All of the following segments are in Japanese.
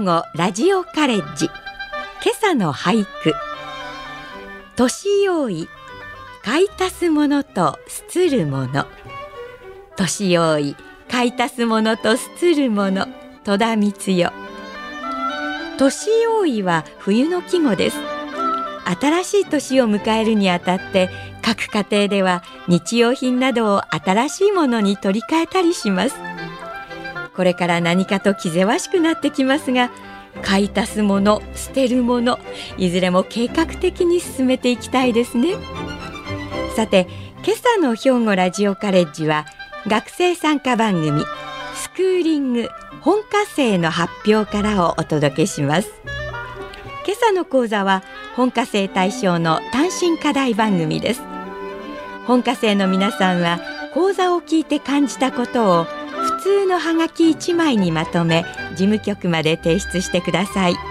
吾ラジオカレッジ。今朝の俳句。年用意、買い足すものとすつるもの。年用意、買い足すものとすつるもの。戸田光代。年用意は冬の季語です。新しい年を迎えるにあたって各家庭では日用品などを新しいものに取り替えたりします。これから何かと気ぜわしくなってきますが、買い足すもの、捨てるもの、いずれも計画的に進めていきたいですね。さて、今朝の兵庫ラジオカレッジは学生参加番組スクーリング本科生の発表からをお届けします。今朝の講座は本科生対象の単身課題番組です。本科生の皆さんは講座を聞いて感じたことを普通のハガキ1枚にまとめ事務局まで提出してください。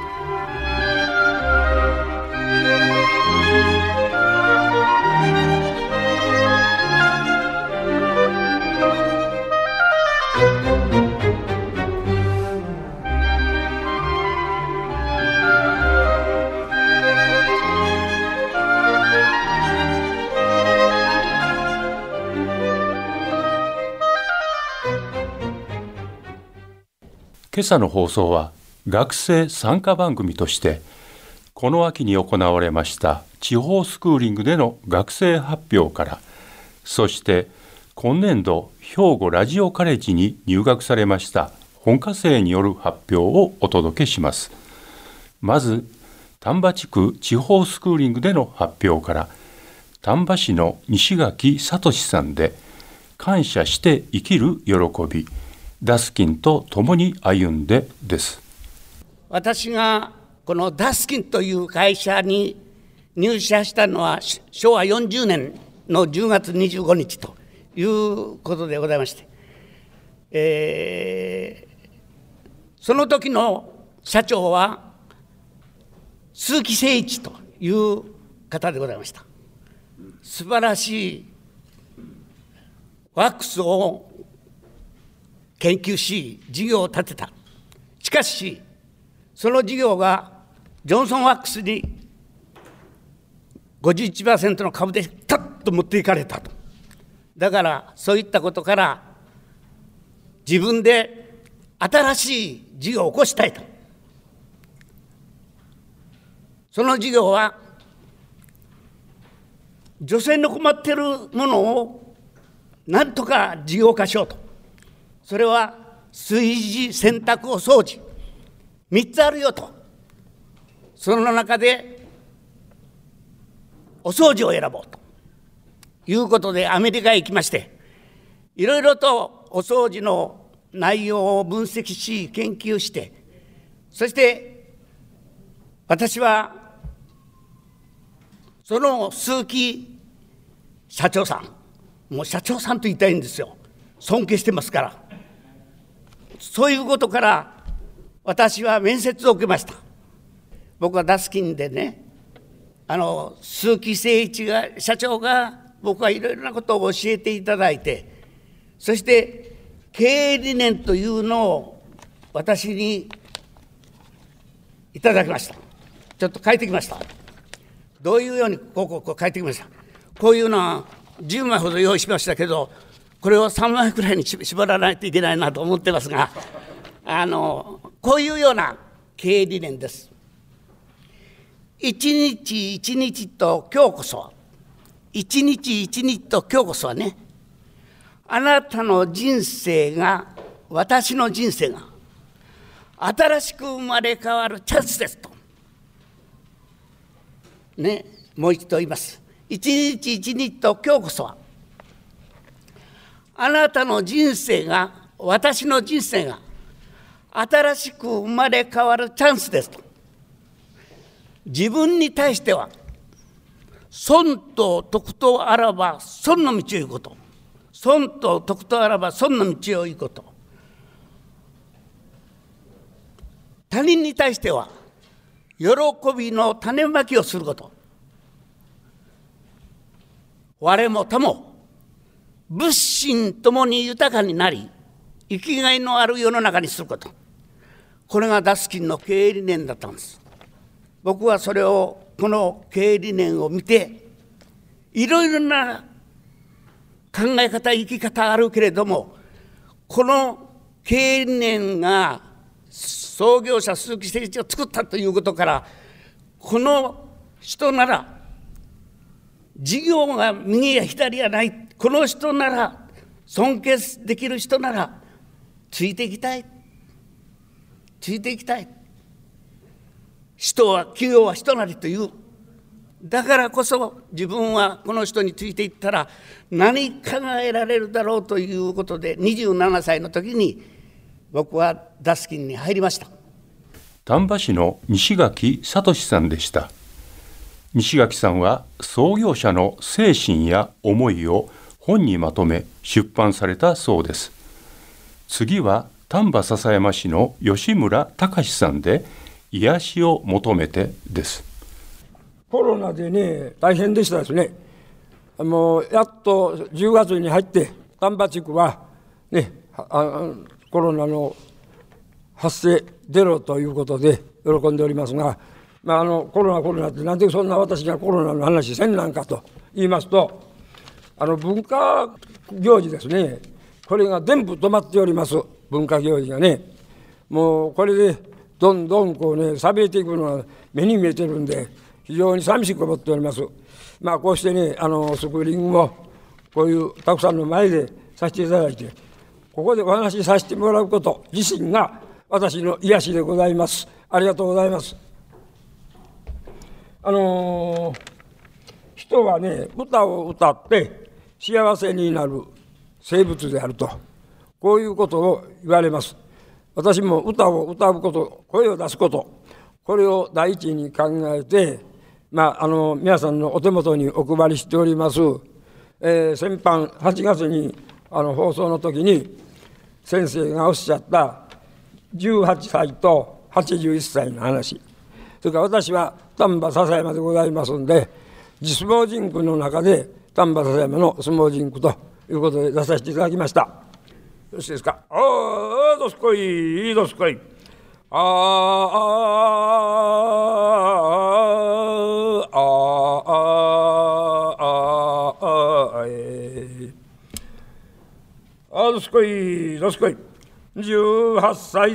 今朝の放送は学生参加番組としてこの秋に行われました地方スクーリングでの学生発表から、そして今年度兵庫ラジオカレッジに入学されました本科生による発表をお届けします。まず丹波地区地方スクーリングでの発表から、丹波市の西垣聡さんで感謝して生きる喜び、ダスキンと共に歩んでです。 私がこのダスキンという会社に入社したのは昭和40年の10月25日ということでございまして、その時の社長は鈴木誠一という方でございました。素晴らしいワックスを研究し事業を立てた。しかしその事業がジョンソンワックスに 51% の株でタッと持っていかれたと。だからそういったことから自分で新しい事業を起こしたいと。その事業は女性の困っているものをなんとか事業化しようと。それは炊事、洗濯、お掃除3つあるよと。その中でお掃除を選ぼうということでアメリカへ行きまして、いろいろとお掃除の内容を分析し研究して、そして私はその鈴木社長さん、もう社長さんと言いたいんですよ。尊敬してますから。そういうことから私は面接を受けました。僕はダスキンでね、鈴木誠一社長が僕はいろいろなことを教えていただいて、そして経営理念というのを私にいただきました。ちょっと書いてきました。どういうようにこう書いてきました。こういうのは10枚ほど用意しましたけど、これを3枚くらいに絞らないといけないなと思ってますが、こういうような経営理念です。一日一日と今日こそ、一日一日と今日こそはね、あなたの人生が、私の人生が新しく生まれ変わるチャンスですとね、もう一度言います。一日一日と今日こそはあなたの人生が、私の人生が新しく生まれ変わるチャンスですと。自分に対しては損と得とあらば損の道を行くこと、損と得とあらば損の道を行くこと、他人に対しては喜びの種まきをすること、我も他も物心ともに豊かになり生きがいのある世の中にすること、 これがダスキンの経営理念だったんです。僕はそれを、この経営理念を見て、いろいろな考え方、生き方あるけれども、この経営理念が創業者鈴木誠一を作ったということから、この人なら事業が右や左やない、この人なら尊敬できる人ならついていきたい、ついていきたい。企業は人なりという。だからこそ自分はこの人についていったら何かが得られるだろうということで、27歳の時に僕はダスキンに入りました。 丹波市の西垣聡さんでした。西垣さんは創業者の精神や思いを本にまとめ出版されたそうです。次は丹波篠山市の吉村隆さんで、癒しを求めてです。 コロナでね、大変でしたですね。もうやっと10月に入って丹波地区はね、コロナの発生ゼロということで喜んでおりますが、コロナってなんでそんな私がコロナの話せんなんかと言いますと、文化行事ですね、これが全部止まっております。文化行事がね、もうこれでどんどんこうね、錆びれていくのが目に見えてるんで、非常に寂しく思っております。こうしてね、スクーリングもこういうたくさんの前でさせていただいて、ここでお話しさせてもらうこと自身が私の癒しでございます。ありがとうございます。人はね、歌を歌って幸せになる生物であると、こういうことを言われます。私も歌を歌うこと、声を出すこと、これを第一に考えて、皆さんのお手元にお配りしております、先般8月に放送の時に先生がおっしゃった18歳と81歳の話、それから私は丹波篠山でございますんで、相撲甚句の中で丹波篠山の相撲甚句ということで出させていただきました。よろしいですか。どすこいどすこい、どすこいどすこい、18歳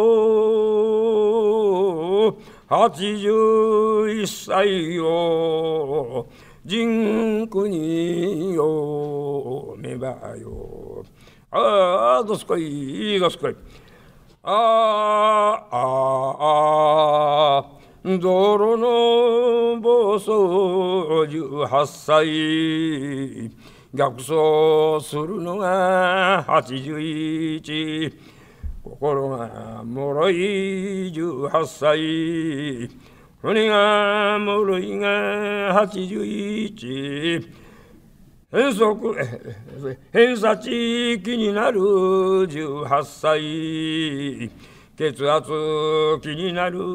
と81歳を甚句に読めばよ。どすこいどすこい、泥の暴走18歳、逆走するのが81、心が脆い18歳、骨が脆いが81、偏差値気になる18歳、血圧気になる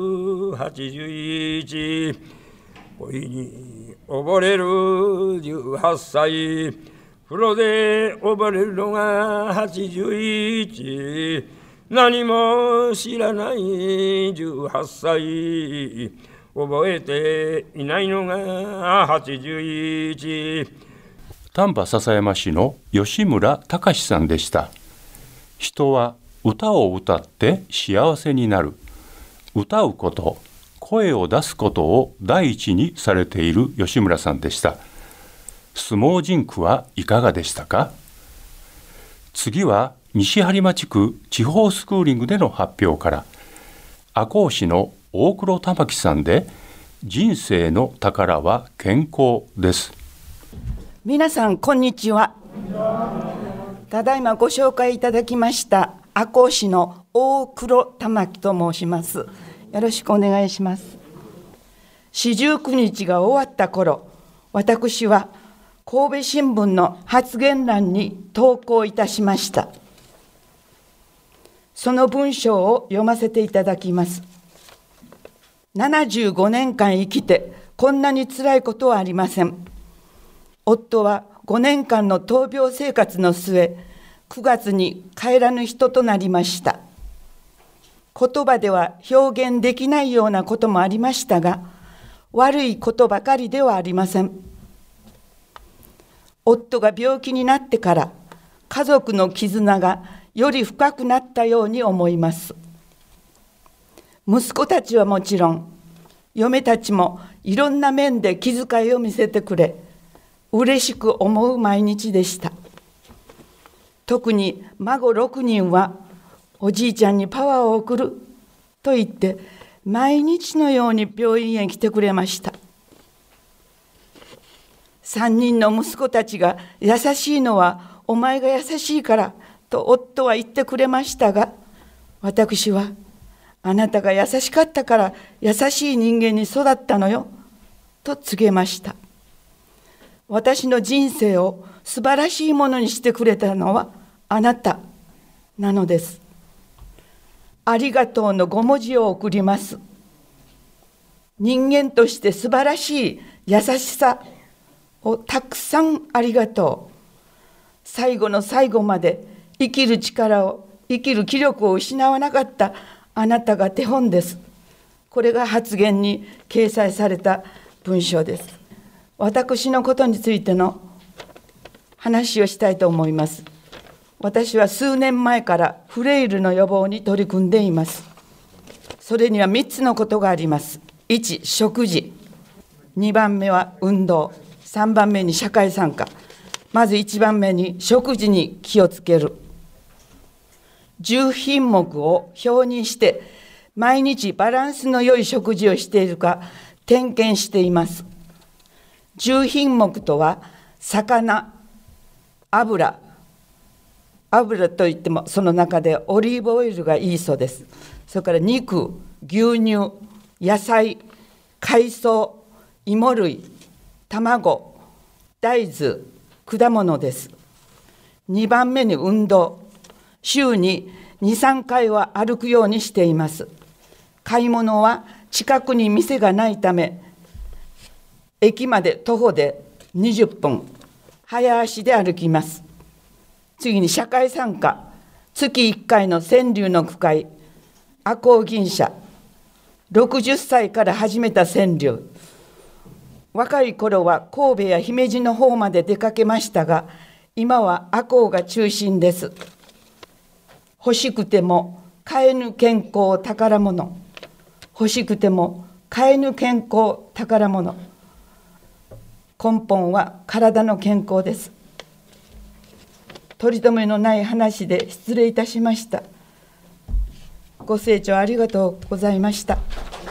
81、恋に溺れる18歳、風呂で溺れるのが81、何も知らない18歳、覚えていないのが81。 丹波篠山市の吉村隆さんでした。人は歌を歌って幸せになる。歌うこと、声を出すことを第一にされている吉村さんでした。相撲甚句はいかがでしたか？次は西播磨地区地方スクーリングでの発表から、赤穂市の大黒玉木さんで人生の宝は健康です。 皆さんこんにちは。ただいまご紹介いただきました赤穂市の大黒玉木と申します。よろしくお願いします。四十九日が終わった頃、私は神戸新聞の発言欄に投稿いたしました。その文章を読ませていただきます。75年間生きてこんなに辛いことはありません。夫は5年間の闘病生活の末、9月に帰らぬ人となりました。 言葉では表現できないようなこともありましたが、悪いことばかりではありません。夫が病気になってから家族の絆がより深くなったように思います。息子たちはもちろん、嫁たちもいろんな面で気遣いを見せてくれ、嬉しく思う毎日でした。特に孫6人は、おじいちゃんにパワーを送ると言って、毎日のように病院へ来てくれました。3人の息子たちが優しいのはお前が優しいからと夫は言ってくれましたが、私はあなたが優しかったから優しい人間に育ったのよと告げました。私の人生を素晴らしいものにしてくれたのはあなたなのです。ありがとうの5文字を送ります。人間として素晴らしい優しさをたくさんありがとう。最後の最後まで生きる力を、生きる気力を失わなかったあなたが手本です。これが発言に掲載された文章です。私のことについての話をしたいと思います。私は数年前からフレイルの予防に取り組んでいます。それには3つのことがあります。1、食事。2番目は運動。3番目に社会参加。まず1番目に食事に気をつける。10品目を表にして、毎日バランスの良い食事をしているか点検しています。10品目とは、魚、油といってもその中でオリーブオイルがいいそうです。それから肉、牛乳、野菜、海藻、芋類、卵、大豆、果物です。2番目に運動。週に 2,3 回は歩くようにしています。買い物は近くに店がないため、駅まで徒歩で20分、早足で歩きます。次に社会参加。月1回の川柳の句会、赤穂銀社。60歳から始めた川柳。若い頃は神戸や姫路の方まで出かけましたが、今は赤穂が中心です。欲しくても買えぬ健康宝物。欲しくても買えぬ健康宝物。根本は体の健康です。取り留めのない話で失礼いたしました。ご清聴ありがとうございました。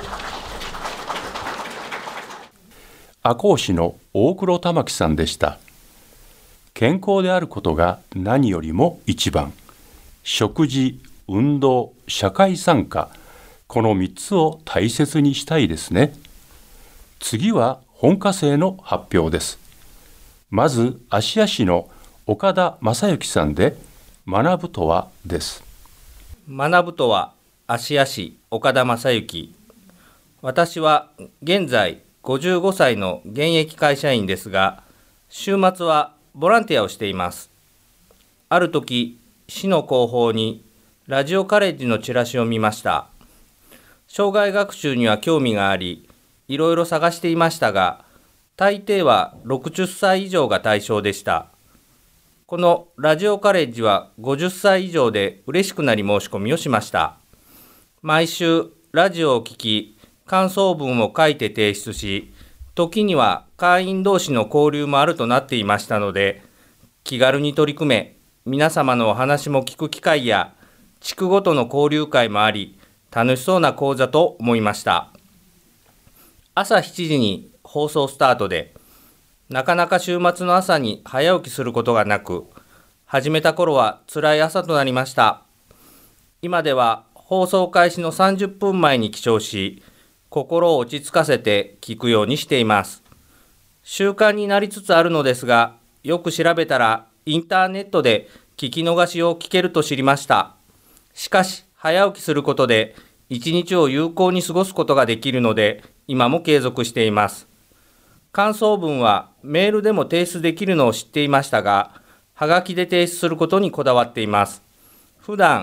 赤穂市の大黒玉木さんでした。健康であることが何よりも一番。食事、運動、社会参加、この3つを大切にしたいですね。次は本科生の発表です。まず芦屋市の岡田正幸さんで、学ぶとはです。 学ぶとは、芦屋市岡田正幸。私は現在55歳の現役会社員ですが、週末はボランティアをしています。ある時、市の広報にラジオカレッジのチラシを見ました。障害学習には興味があり、いろいろ探していましたが、大抵は60歳以上が対象でした。このラジオカレッジは50歳以上で嬉しくなり申し込みをしました。毎週ラジオを聞き、感想文を書いて提出し、時には会員同士の交流もあるとなっていましたので、気軽に取り組め、皆様のお話も聞く機会や、地区ごとの交流会もあり、楽しそうな講座と思いました。朝7時に放送スタートで、なかなか週末の朝に早起きすることがなく、始めた頃は辛い朝となりました。今では放送開始の30分前に起床し、心を落ち着かせて聞くようにしています。習慣になりつつあるのですが、よく調べたらインターネットで聞き逃しを聞けると知りました。しかし、早起きすることで一日を有効に過ごすことができるので、今も継続しています。感想文はメールでも提出できるのを知っていましたが、はがきで提出することにこだわっています。普段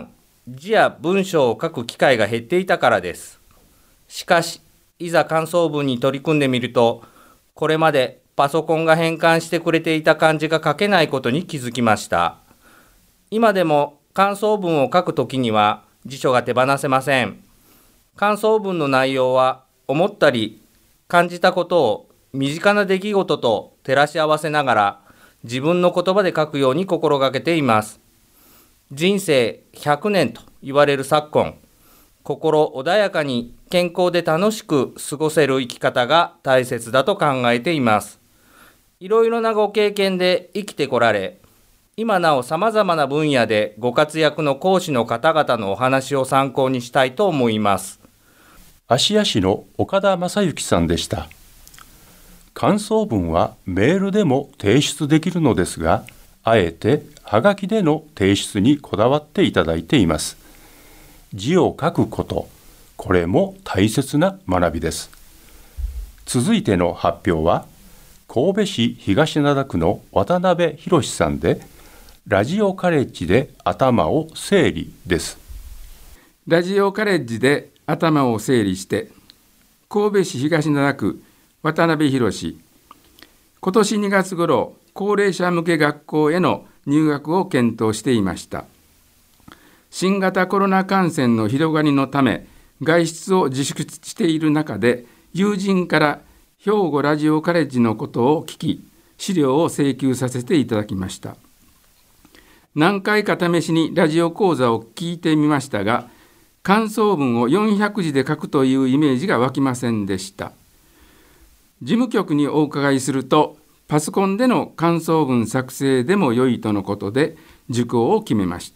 字や文章を書く機会が減っていたからです。しかし、いざ感想文に取り組んでみると、これまでパソコンが変換してくれていた漢字が書けないことに気づきました。今でも感想文を書くときには辞書が手放せません。感想文の内容は思ったり感じたことを身近な出来事と照らし合わせながら自分の言葉で書くように心がけています。人生100年と言われる昨今、心穏やかに健康で楽しく過ごせる生き方が大切だと考えています。いろいろなご経験で生きてこられ、今なおさまざまな分野でご活躍の講師の方々のお話を参考にしたいと思います。 芦屋市の岡田正幸さんでした。感想文はメールでも提出できるのですが、あえてはがきでの提出にこだわっていただいています。字を書くこと、これも大切な学びです。続いての発表は、神戸市東灘区の渡辺博さんで、ラジオカレッジで頭を整理です。 ラジオカレッジで頭を整理して、神戸市東灘区渡辺博、今年2月頃、高齢者向け学校への入学を検討していました。新型コロナ感染の広がりのため、外出を自粛している中で、友人から兵庫ラジオカレッジのことを聞き、資料を請求させていただきました。何回か試しにラジオ講座を聞いてみましたが、感想文を400字で書くというイメージが湧きませんでした。事務局にお伺いすると、パソコンでの感想文作成でも良いとのことで受講を決めました。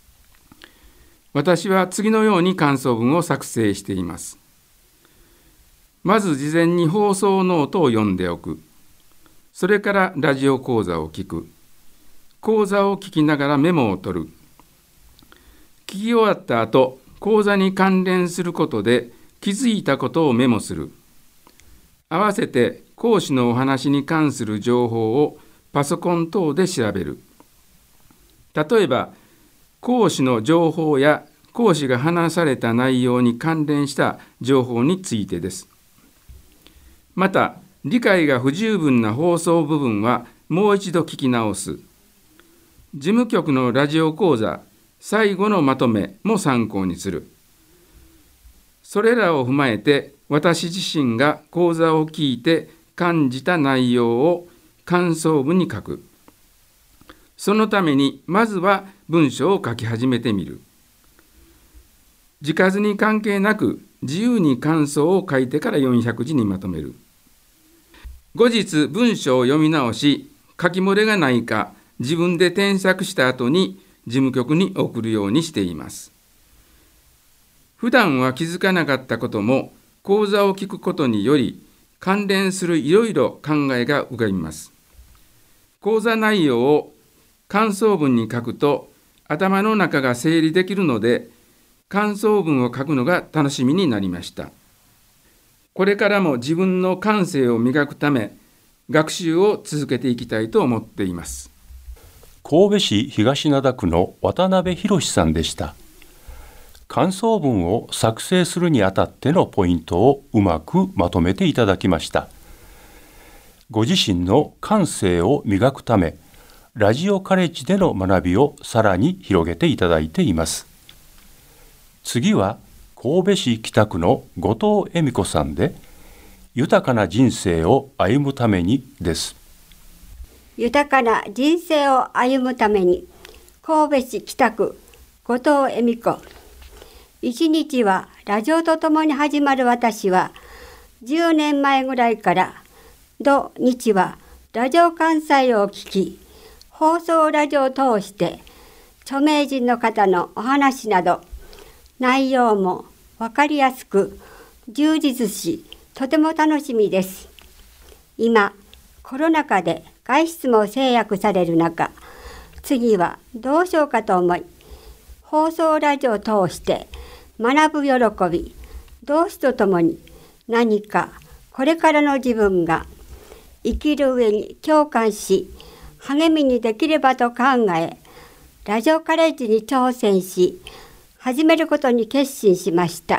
私は次のように感想文を作成しています。まず事前に放送ノートを読んでおく。それからラジオ講座を聞く。講座を聞きながらメモを取る。聞き終わった後、講座に関連することで気づいたことをメモする。合わせて講師のお話に関する情報をパソコン等で調べる。例えば、講師の情報や講師が話された内容に関連した情報についてです。また、理解が不十分な放送部分はもう一度聞き直す。事務局のラジオ講座、最後のまとめも参考にする。それらを踏まえて、私自身が講座を聞いて感じた内容を感想文に書く。そのために、まずは文章を書き始めてみる。字数に関係なく、自由に感想を書いてから400字にまとめる。後日、文章を読み直し、書き漏れがないか、自分で添削した後に事務局に送るようにしています。普段は気づかなかったことも、講座を聞くことにより、関連するいろいろ考えが浮かびます。講座内容を感想文に書くと、頭の中が整理できるので、感想文を書くのが楽しみになりました。これからも自分の感性を磨くため、学習を続けていきたいと思っています。 神戸市東灘区の渡辺博さんでした。感想文を作成するにあたってのポイントをうまくまとめていただきました。ご自身の感性を磨くため、ラジオカレッジでの学びをさらに広げていただいています。次は神戸市北区の後藤恵美子さんで、豊かな人生を歩むためにです。 豊かな人生を歩むために、神戸市北区後藤恵美子。一日はラジオとともに始まる私は、10年前ぐらいから土日はラジオ関西を聞き、放送ラジオを通して著名人の方のお話など内容も分かりやすく充実し、とても楽しみです。今コロナ禍で外出も制約される中、次はどうしようかと思い、放送ラジオを通して学ぶ喜び、同志とともに何かこれからの自分が生きる上に共感し、励みにできればと考え、ラジオカレッジに挑戦し、 始めることに決心しました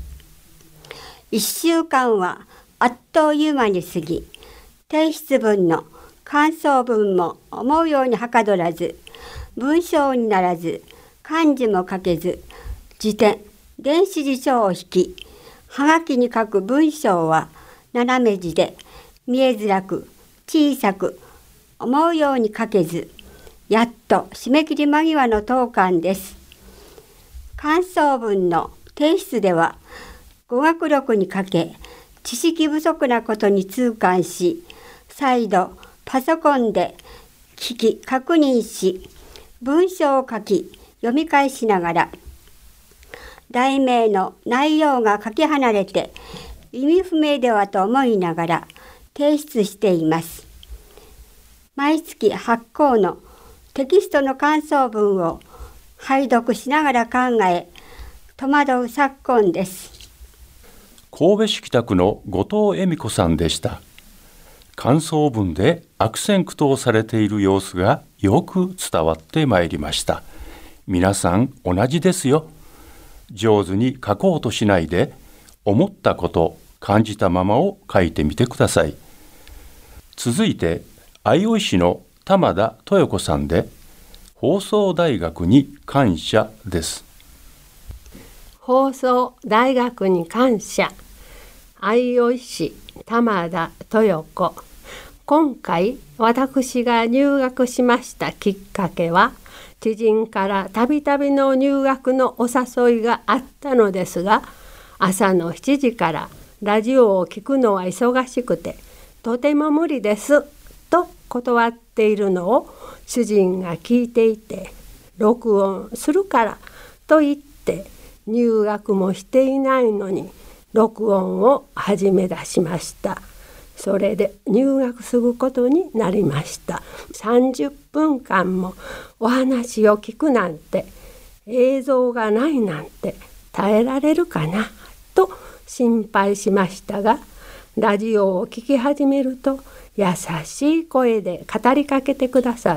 。1週間はあっという間に過ぎ、提出文の感想文も思うようにはかどらず、文章にならず、漢字も書けず、辞典、電子辞書を引き、はがきに書く文章は斜め字で見えづらく小さく思うように書けず、やっと締め切り間際の当刊です。感想文の提出では語学力に欠け、知識不足なことに痛感し、再度パソコンで聞き確認し、文章を書き読み返しながら、題名の内容がかけ離れて意味不明ではと思いながら提出しています。毎月発行のテキストの感想文を拝読しながら考え、戸惑う昨今です。 神戸市北区の後藤恵美子さんでした。感想文で悪戦苦闘されている様子がよく伝わってまいりました。皆さん同じですよ。上手に書こうとしないで、思ったこと、感じたままを書いてみてください。続いて、相生市の玉田豊子さんで、放送大学に感謝です。 放送大学に感謝。相生市玉田豊子。今回私が入学しましたきっかけは、知人からたびたびの入学のお誘いがあったのですが、朝の7時からラジオを聞くのは忙しくてとても無理ですと断っているのを主人が聞いていて、録音するからと言って入学もしていないのに録音を始め出しました。それで入学することになりました。30分間もお話を聞くなんて、映像がないなんて耐えられるかなと心配しましたが、ラジオを聞き始めると優しい声で語りかけてくださって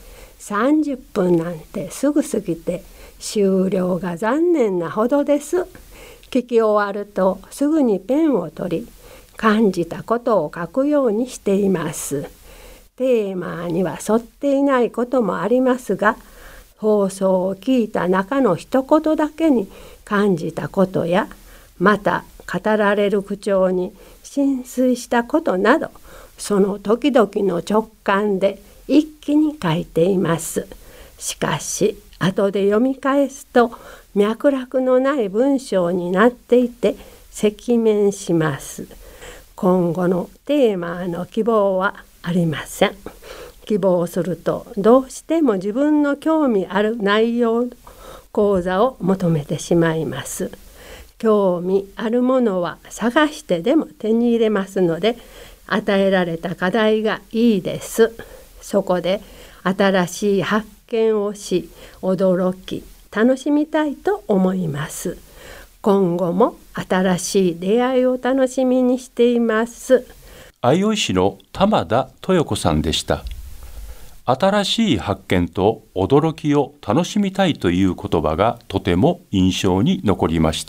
、30分なんてすぐ過ぎて終了が残念なほどです。聞き終わるとすぐにペンを取り、感じたことを書くようにしています。テーマには沿っていないこともありますが、放送を聞いた中の一言だけに感じたことや、また語られる口調に心酔したことなど、その時々の直感で一気に書いています。しかし後で読み返すと脈絡のない文章になっていて赤面します。今後のテーマの希望はありません。希望するとどうしても自分の興味ある内容の講座を求めてしまいます。興味あるものは探してでも手に入れますので、与えられた課題がいいです。そこで新しい発見をし、驚き楽しみたいと思います。今後も新しい出会いを楽しみにしています。 相生市の玉田豊子さんでした。新しい発見と驚きを楽しみたいという言葉がとても印象に残りました。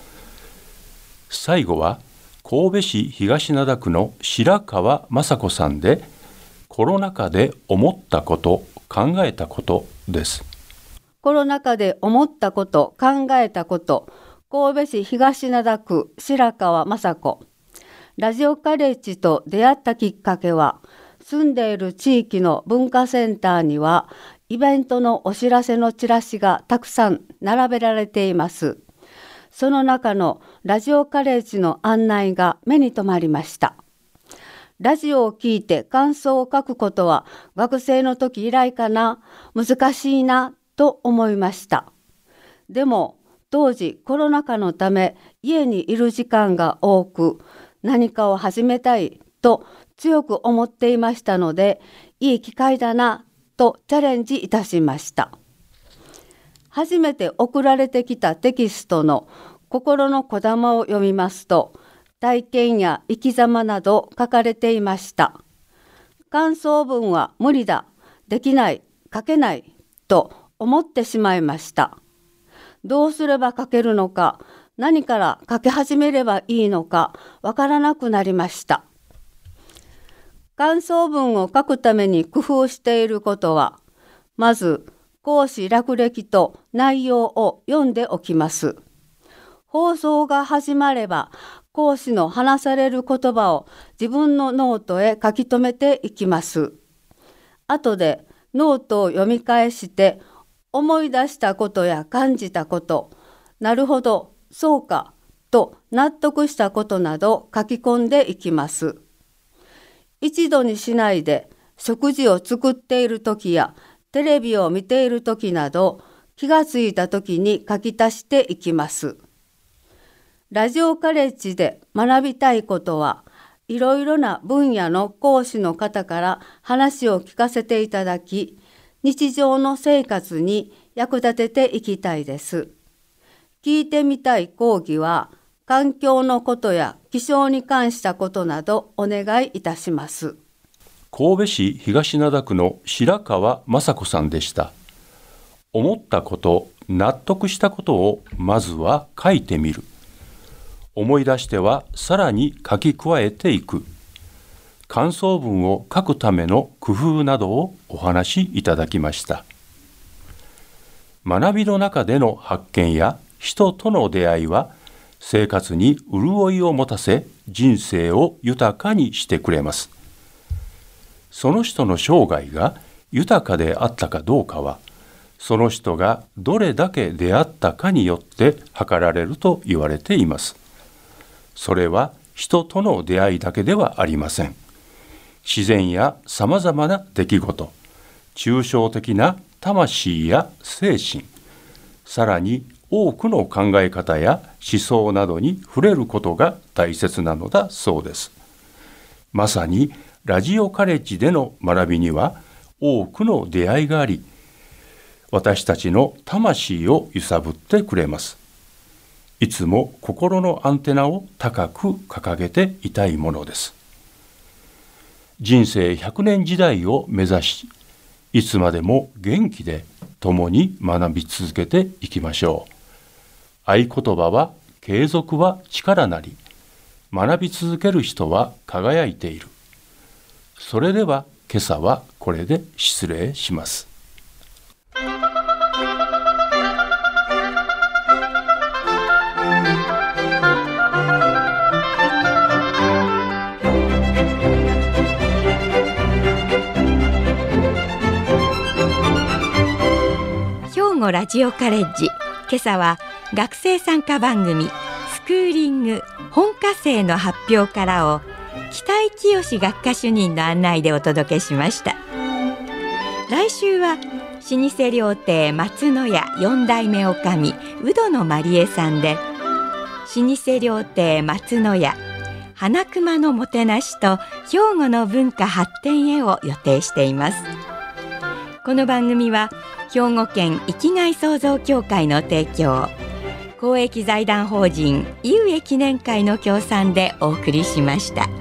最後は神戸市東灘区の白川雅子さんで、コロナ禍で思ったこと、考えたことです。 コロナ禍で思ったこと、考えたこと、神戸市東灘区白川雅子。ラジオカレッジと出会ったきっかけは、住んでいる地域の文化センターにはイベントのお知らせのチラシがたくさん並べられています。その中のラジオカレッジの案内が目に留まりました。ラジオを聞いて感想を書くことは学生の時以来かな、難しいなと思いました。でも当時コロナ禍のため家にいる時間が多く、何かを始めたいと強く思っていましたので、いい機会だなとチャレンジいたしました。初めて送られてきたテキストの心のこだまを読みますと、体験や生き様など書かれていました。感想文は無理だ、できない、書けないと思ってしまいました。 どうすれば書けるのか、何から書き始めればいいのかわからなくなりました。感想文を書くために工夫していることは、まず講師略歴と内容を読んでおきます。放送が始まれば、講師の話される言葉を自分のノートへ書き留めていきます。後でノートを読み返して思い出したことや感じたこと、なるほど、そうかと納得したことなど書き込んでいきます。一度にしないで食事を作っている時やテレビを見ている時など気がついた時に書き足していきます。ラジオカレッジで学びたいことはいろいろな分野の講師の方から話を聞かせていただき、日常の生活に役立てていきたいです。聞いてみたい講義は環境のことや気象に関したことなどお願いいたします。 神戸市東灘区の白川雅子さんでした。思ったこと、納得したことをまずは書いてみる。思い出してはさらに書き加えていく。感想文を書くための工夫などをお話しいただきました。学びの中での発見や人との出会いは生活に潤いを持たせ、人生を豊かにしてくれます。その人の生涯が豊かであったかどうかは、その人がどれだけ出会ったかによって測られると言われています。それは人との出会いだけではありません。自然やさまざまな出来事、抽象的な魂や精神、さらに多くの考え方や思想などに触れることが大切なのだそうです。まさにラジオカレッジでの学びには多くの出会いがあり、私たちの魂を揺さぶってくれます。いつも心のアンテナを高く掲げていたいものです。人生100年時代を目指し、いつまでも元気で共に学び続けていきましょう。合言葉は継続は力なり、学び続ける人は輝いている。それでは今朝はこれで失礼します。 兵庫ラジオカレッジ、今朝は学生参加番組スクーリング本科生の発表からを北井清学科主任の案内でお届けしました。来週は老舗料亭松の屋4代目女将宇戸野まりえさんで、老舗料亭松の屋花熊のもてなしと兵庫の文化発展へを予定しています。この番組は兵庫県生きがい創造協会の提供、公益財団法人井上記念会の協賛でお送りしました。